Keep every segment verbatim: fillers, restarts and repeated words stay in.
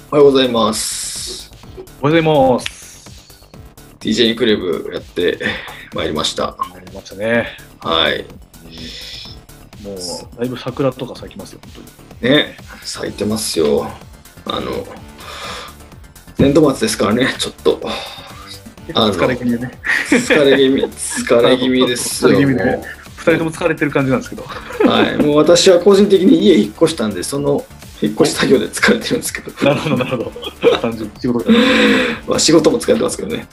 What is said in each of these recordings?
おはようございます。 おはようございます。 ディージェー インクレブやってまいりました。 やりましたね。 はい。 もうだいぶ桜とか咲きますよ、本当に。ね、咲いてますよ。あの年度末ですからね、ちょっと。 疲れ気味でね。 疲れ気味、疲れ気味ですよ。 ふたりとも疲れてる感じなんですけど。 はい、もう私は個人的に家引っ越したんで、その引っ越し作業で疲れてるんですけど。 なるほど、なるほど。単純に仕事まあ仕事も疲れてますけどね。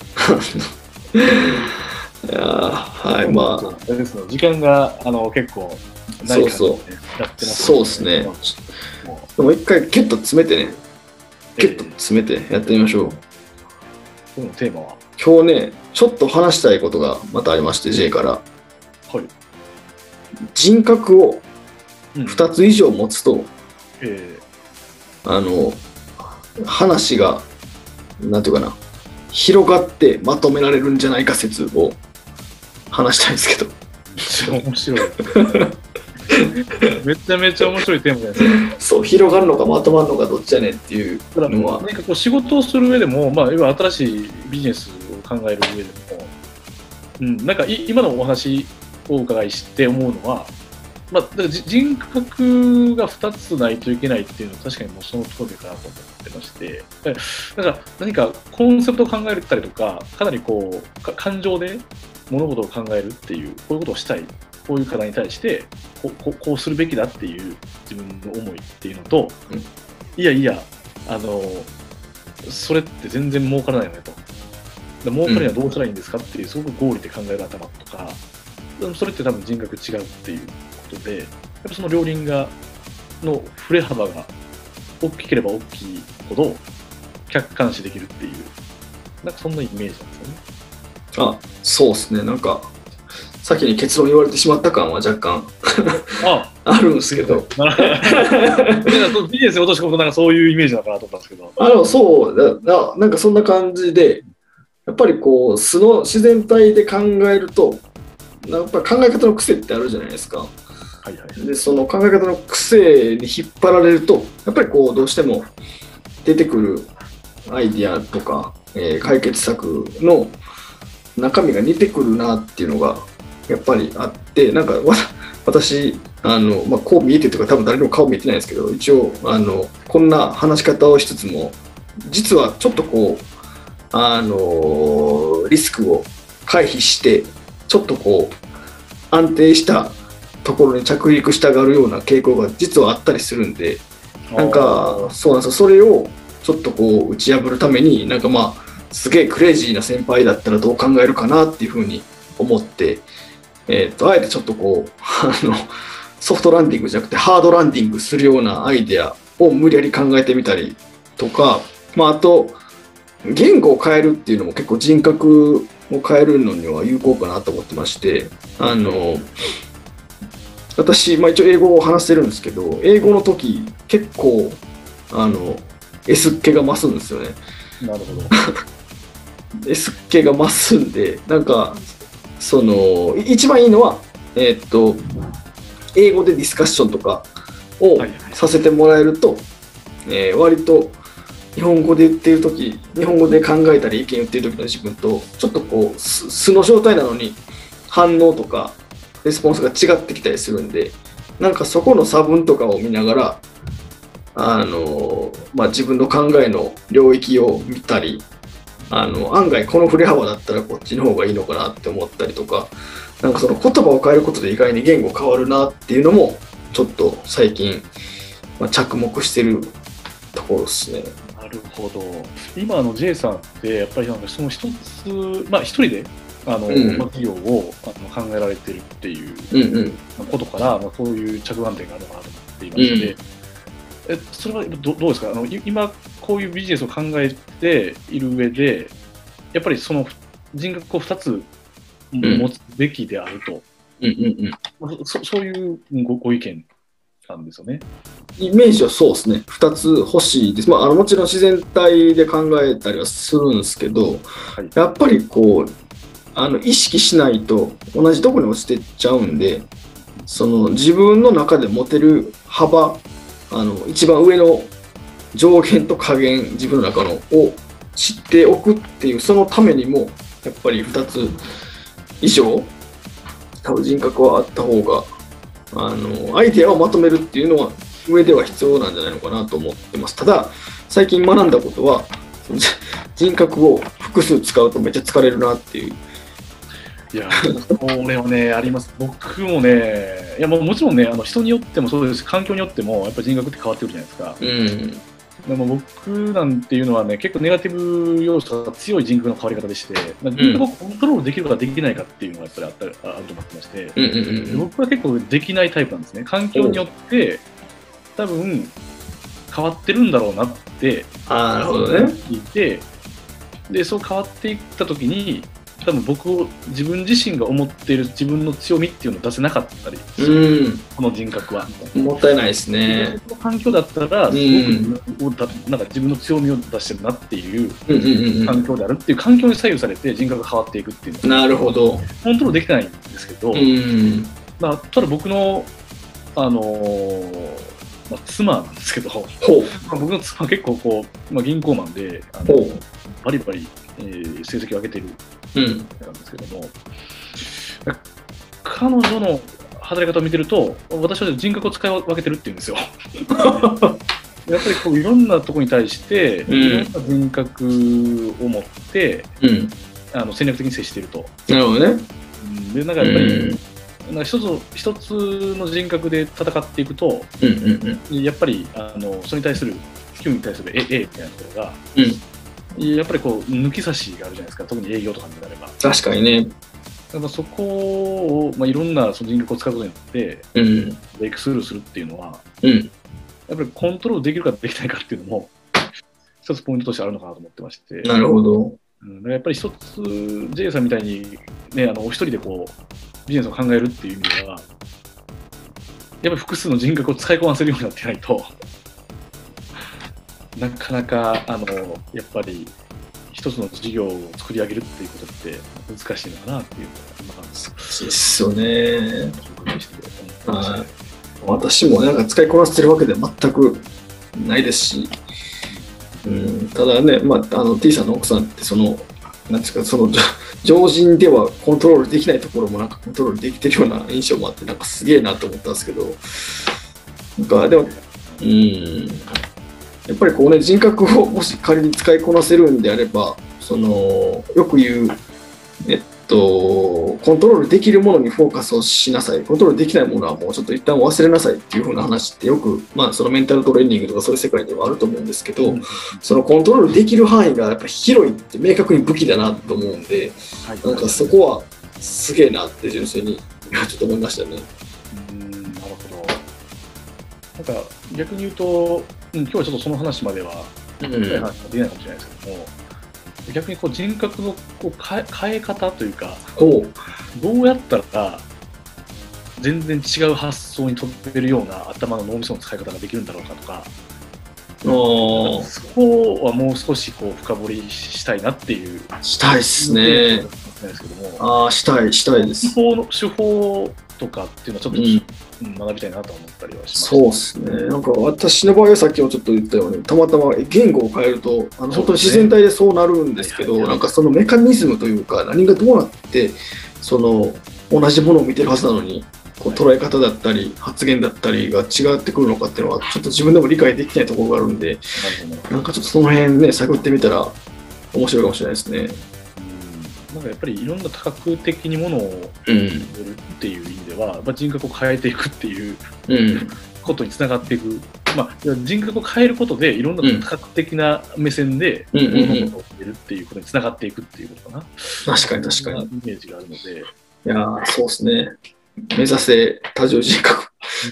いやはい、まあ。 あれですね、時間があの結構、 そうそう。やってます、そうですね。でも一回、キュッと詰めてね、キュッと詰めてやってみましょう。 今日のテーマは今日ね、ちょっと話したいことがまたありまして、J から。 はい。 人格をふたつ以上持つと、うんえー、あの、話が、なんていうかな、広がってまとめられるんじゃないか説を話したいんですけど。 めっちゃ面白い。めちゃめちゃ面白いテーマじゃないですか。 そう、広がるのかまとまるのかどっちやねんっていうのは。 何かこう仕事をする上でも、まあ、要は新しいビジネスを考える上でも、うん、なんか今のお話をお伺いして思うのは、まあ、だから人格がふたつないといけないっていうのは確かにもうその通りかなと思ってまして、だから何かコンセプトを考えたりとか、かなりこう感情で物事を考えるっていう、こういうことをしたい、こういう課題に対してこう、こうするべきだっていう自分の思いっていうのと、うん、いやいや、あの、それって全然儲からないよねと。儲かるにはどうしたらいいんですかっていう、すごく合理で考える頭とか、それって多分人格違うっていうことで、やっぱその両輪がの振れ幅が大きければ大きいほど客観視できるっていう、なんかそんなイメージなんですよね。 あ、そうですね。なんか先に結論言われてしまった感は若干 あ, あるんですけど。 ビジネスに落とし込むとなんかそういうイメージだからと思ったんですけど。 あのそうな、なんかそんな感じで、やっぱりこう素の自然体で考えると、やっぱ考え方の癖ってあるじゃないですか。はいはい、でその考え方の癖に引っ張られると、やっぱりこうどうしても出てくるアイディアとか、えー、解決策の中身が似てくるなっていうのがやっぱりあって、なんか私あの、まあ、こう見えてというか多分誰にも顔見えてないんですけど、一応あのこんな話し方をしつつも実はちょっとこうあのリスクを回避してちょっとこう安定したところに着陸したがるような傾向が実はあったりするんで、なんかそうなんですよ。それをちょっとこう打ち破るために、なんかまあすげえクレイジーな先輩だったらどう考えるかなっていうふうに思って、えー、とあえてちょっとこうあのソフトランディングじゃなくてハードランディングするようなアイデアを無理やり考えてみたりとか、まあ、あと言語を変えるっていうのも結構人格を変えるのには有効かなと思ってまして、あの私、まあ、一応英語を話せるんですけど、英語の時結構あの S っ気が増すんですよね。 なるほど。 S っ気が増すんで、なんかその一番いいのは、えー、っと英語でディスカッションとかをさせてもらえると、はいはいえー、割と日本語で言っているとき、日本語で考えたり意見言っているときの自分と、ちょっとこう、素の状態なのに反応とかレスポンスが違ってきたりするんで、なんかそこの差分とかを見ながら、あの、まあ、自分の考えの領域を見たり、あの、案外この振れ幅だったらこっちの方がいいのかなって思ったりとか、なんかその言葉を変えることで意外に言語変わるなっていうのも、ちょっと最近、まあ、着目してるところですね。 なるほど。今の J さんってやっぱりなんかその一つ、まあ一人であの、うんまあ、企業をあの考えられてるっていうことから、うんうんまあ、そういう着眼点があるのかなと思っていまして、うん、えそれは ど, どうですかあの今こういうビジネスを考えている上でやっぱりその人格をふたつ持つべきであると、うんうんうん、そ, そういうご, ご意見なんですよね。 イメージはそうですね、ふたつ欲しいです。まあ、あのもちろん自然体で考えたりはするんですけど、はい、やっぱりこうあの意識しないと同じところに落ちていっちゃうんで、その自分の中で持てる幅、あの一番上の上限と下限、自分の中のを知っておくっていう、そのためにも、やっぱりふたつ以上、多分人格はあった方が、あの、アイデアをまとめるっていうのは、上では必要なんじゃないのかなと思ってます。ただ、最近学んだことは、人格を複数使うとめっちゃ疲れるなっていう。 いや、これはね、あります。僕もね、いやもうもちろんね、あの人によってもそうですし、環境によっても、やっぱり人格って変わってくるじゃないですか。 うんでも僕なんていうのはね、結構ネガティブ要素が強い人格の変わり方でして、人格をコントロールできるかできないかっていうのがやっぱりあったあると思ってまして、 うんうんうん、 僕は結構できないタイプなんですね。環境によって多分変わってるんだろうなって聞いて、でそう変わっていった時に、多分僕を自分自身が思っている自分の強みっていうのを出せなかったり、うん、この人格はもったいないですね。 この環境だったらすごくなんか自分の強みを出してるなっていう環境であるっていう環境に左右されて人格が変わっていくっていうのは、 なるほど、 コントロールできないんですけど、うん、まあ、ただ僕の、あのーまあ、妻なんですけど、ほまあ、僕の妻は結構こう、まあ、銀行マンであのバリバリ、えー、成績を上げてるなんですけども、うん、彼女の働き方を見てると、私は人格を使い分けてるっていうんですよ。やっぱりこういろんなところに対して、うん、いろんな人格を持って、うん、あの戦略的に接していると。 なるほどね。 でなんかやっぱり、うん、なんか一つ一つの人格で戦っていくと、うんうんうん、やっぱりあのそれに対する興味に対する A, A みたいなところが、うんやっぱりこう抜き差しがあるじゃないですか、特に営業とかになれば。 確かにね。 だからそこを、まあ、いろんなその人格を使うことによって、うん、ブレイクスルーするっていうのは、うん、やっぱりコントロールできるかできないかっていうのも、一つポイントとしてあるのかなと思ってまして。 なるほど。 うん、だからやっぱり一つ、ジェイさんみたいに、ね、あのお一人でこうビジネスを考えるっていう意味では、やっぱり複数の人格を使いこなせるようになってないと。なかなかあのやっぱり一つの事業を作り上げるっていうことって難しいのかなっていうのが難しいですよね。はい、私もなんか使いこなしてるわけで全くないですし、うん、ただね、まあ、あの T さんの奥さんってそのなんですか、その常人ではコントロールできないところもなんかコントロールできてるような印象もあって、なんかすげえなと思ったんですけど、なんかでもうんやっぱりこうね、人格をもし仮に使いこなせるんであれば、そのよく言う、えっと、コントロールできるものにフォーカスをしなさい、コントロールできないものはもうちょっと一旦忘れなさいっていう風な話ってよく、まあ、そのメンタルトレーニングとかそういう世界ではあると思うんですけど、うん、そのコントロールできる範囲がやっぱ広いって明確に武器だなと思うんで、はい、なんかそこはすげえなって純粋にちょっと思いましたね。 うん、なるほど。なんか逆に言うと、うん、今日はちょっとその話までは、うん、話ができないかもしれないですけども、逆にこう人格のこう変え、変え方というか、どうやったら全然違う発想に飛べるような頭の脳みその使い方ができるんだろうかとか、そこはもう少しこう深掘りしたいなっていう。 したいですね。ああ、したい、したいです。 手法の手法とかっていうのはちょっと、うん、学びたいなと思ったりはします。 そうですね。なんか私の場合はさっきもちょっと言ったように、たまたま言語を変えると、あの本当に自然体でそうなるんですけど、なんかそのメカニズムというか、何がどうなって、その同じものを見てるはずなのに、こう捉え方だったり、発言だったりが違ってくるのかっていうのは、ちょっと自分でも理解できないところがあるんで、なんかちょっとその辺ね、探ってみたら面白いかもしれないですね。 なんかやっぱりいろんな多角的にものを見るっていう意味では、うん、人格を変えていくっていうことにつながっていく、まあ、人格を変えることでいろんな多角的な目線で物事を見るっていうことにつながっていくっていうことかな。 確かに確かに。 イメージがあるので。いやー、そうですね。目指せ多重人格。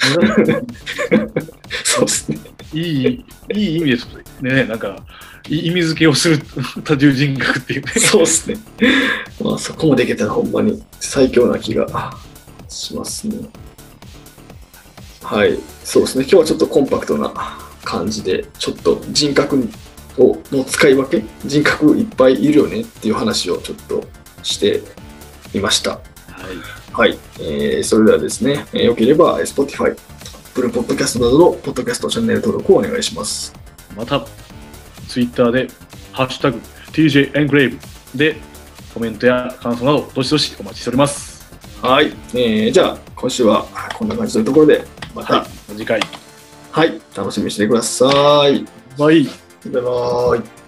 そうですね。 いい、いい意味ですね。なんか、意味付けをする多重人格っていう、ね、 そうですね。まあそこまでいけたらほんまに最強な気がしますね。はい、そうですね。今日はちょっとコンパクトな感じで、ちょっと人格をの使い分け、人格いっぱいいるよねっていう話をちょっとしてみました。はい。はい、えー、それではですね、えー、よければ Spotify、Apple Podcast などのポッドキャストチャンネル登録をお願いします。 また、ツイッターで、ハッシュタグ ティージェー エンクレイブでコメントや感想など、どしどしお待ちしております。 はい。えー、じゃあ、今週はこんな感じというところで、また、 はい、次回。 はい、楽しみにしてください。 バイ。 バイバイ。